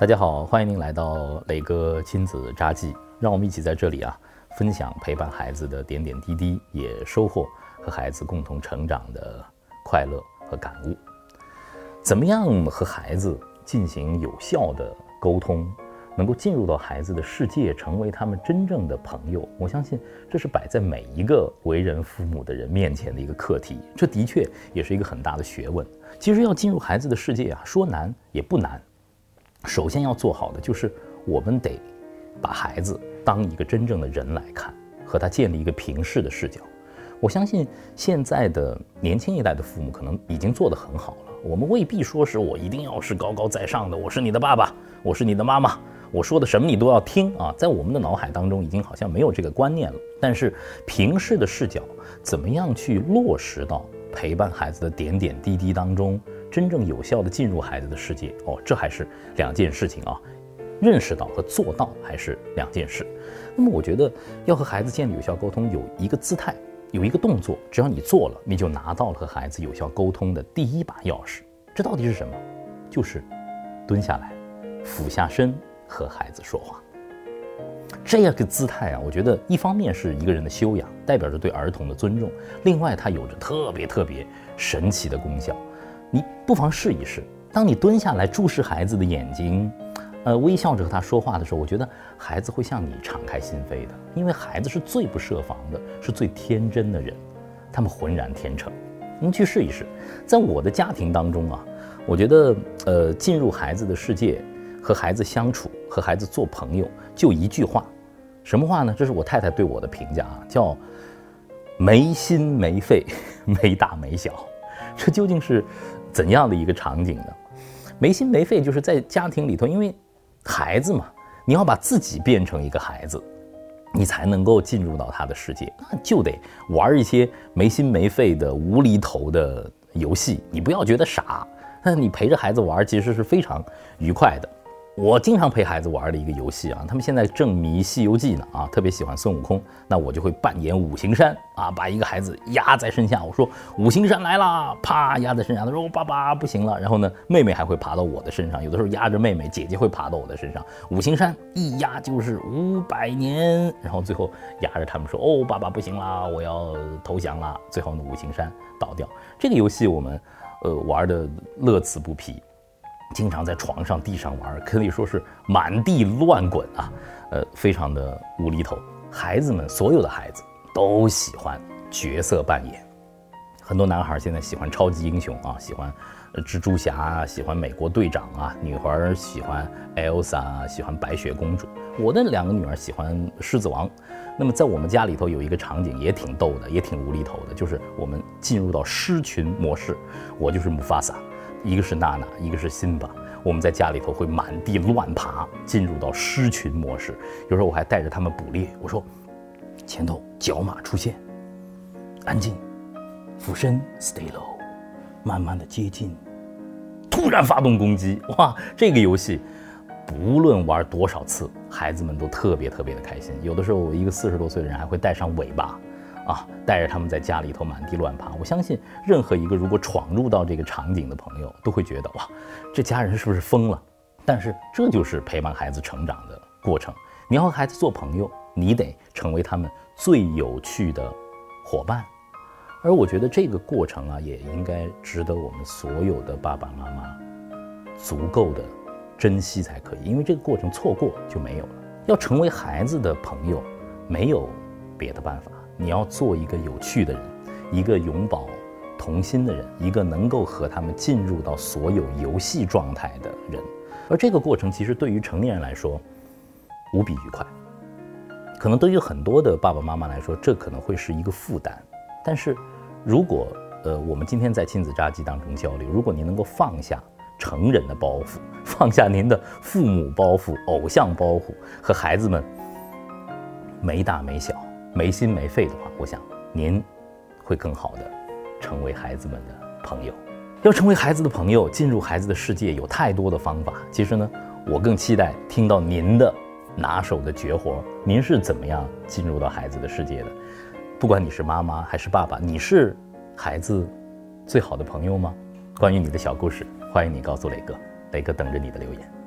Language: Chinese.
大家好，欢迎您来到磊哥亲子札记，让我们一起在这里分享陪伴孩子的点点滴滴，也收获和孩子共同成长的快乐和感悟。怎么样和孩子进行有效的沟通，能够进入到孩子的世界，成为他们真正的朋友，我相信这是摆在每一个为人父母的人面前的一个课题。这的确也是一个很大的学问。其实要进入孩子的世界说难也不难。首先要做好的就是我们得把孩子当一个真正的人来看，和他建立一个平视的视角。我相信现在的年轻一代的父母可能已经做得很好了，我们未必说是我一定要是高高在上的，我是你的爸爸，我是你的妈妈，我说的什么你都要听在我们的脑海当中已经好像没有这个观念了。但是平视的视角怎么样去落实到陪伴孩子的点点滴滴当中，真正有效的进入孩子的世界这还是两件事情认识到和做到还是两件事。那么我觉得要和孩子建立有效沟通，有一个姿态，有一个动作，只要你做了，你就拿到了和孩子有效沟通的第一把钥匙。这到底是什么？就是蹲下来，俯下身和孩子说话。这样个姿态我觉得一方面是一个人的修养，代表着对儿童的尊重，另外它有着特别神奇的功效。你不妨试一试，当你蹲下来注视孩子的眼睛，微笑着和他说话的时候，我觉得孩子会向你敞开心扉的，因为孩子是最不设防的，是最天真的人，他们浑然天成。您去试一试。在我的家庭当中我觉得进入孩子的世界，和孩子相处，和孩子做朋友，就一句话。什么话呢？这是我太太对我的评价叫没心没肺，没大没小。这究竟是怎样的一个场景呢？没心没肺就是在家庭里头，因为孩子嘛，你要把自己变成一个孩子，你才能够进入到他的世界，那就得玩一些没心没肺的无厘头的游戏。你不要觉得傻，你陪着孩子玩其实是非常愉快的。我经常陪孩子玩的一个游戏他们现在正迷《西游记》呢特别喜欢孙悟空，那我就会扮演五行山把一个孩子压在身下，我说五行山来啦，啪压在身下，他说爸爸不行了，然后呢妹妹还会爬到我的身上，有的时候压着妹妹，姐姐会爬到我的身上，五行山一压就是500年，然后最后压着他们说爸爸不行啦，我要投降啦，最后呢五行山倒掉。这个游戏我们玩的乐此不疲，经常在床上地上玩，可以说是满地乱滚非常的无厘头。孩子们，所有的孩子都喜欢角色扮演，很多男孩现在喜欢超级英雄喜欢蜘蛛侠，喜欢美国队长女孩喜欢 Elsa， 喜欢白雪公主。我的2个女儿喜欢狮子王。那么在我们家里头有一个场景也挺逗的，也挺无厘头的，就是我们进入到狮群模式，我就是姆法萨，一个是娜娜，一个是辛巴，我们在家里头会满地乱爬，进入到狮群模式。有时候我还带着他们捕猎，我说前头角马出现，安静，俯身 stay low， 慢慢的接近，突然发动攻击。哇，这个游戏不论玩多少次，孩子们都特别的开心。有的时候一个40多岁的人还会带上尾巴带着他们在家里头满地乱爬。我相信任何一个如果闯入到这个场景的朋友都会觉得哇，这家人是不是疯了？但是这就是陪伴孩子成长的过程。你要和孩子做朋友，你得成为他们最有趣的伙伴。而我觉得这个过程也应该值得我们所有的爸爸妈妈足够的珍惜才可以，因为这个过程错过就没有了。要成为孩子的朋友，没有别的办法，你要做一个有趣的人，一个永葆童心的人，一个能够和他们进入到所有游戏状态的人。而这个过程其实对于成年人来说无比愉快，可能对于很多的爸爸妈妈来说这可能会是一个负担。但是如果我们今天在亲子札记当中交流，如果您能够放下成人的包袱，放下您的父母包袱、偶像包袱，和孩子们没大没小、没心没肺的话，我想您会更好的成为孩子们的朋友。要成为孩子的朋友，进入孩子的世界有太多的方法。其实呢，我更期待听到您的拿手的绝活，您是怎么样进入到孩子的世界的？不管你是妈妈还是爸爸，你是孩子最好的朋友吗？关于你的小故事，欢迎你告诉磊哥，磊哥等着你的留言。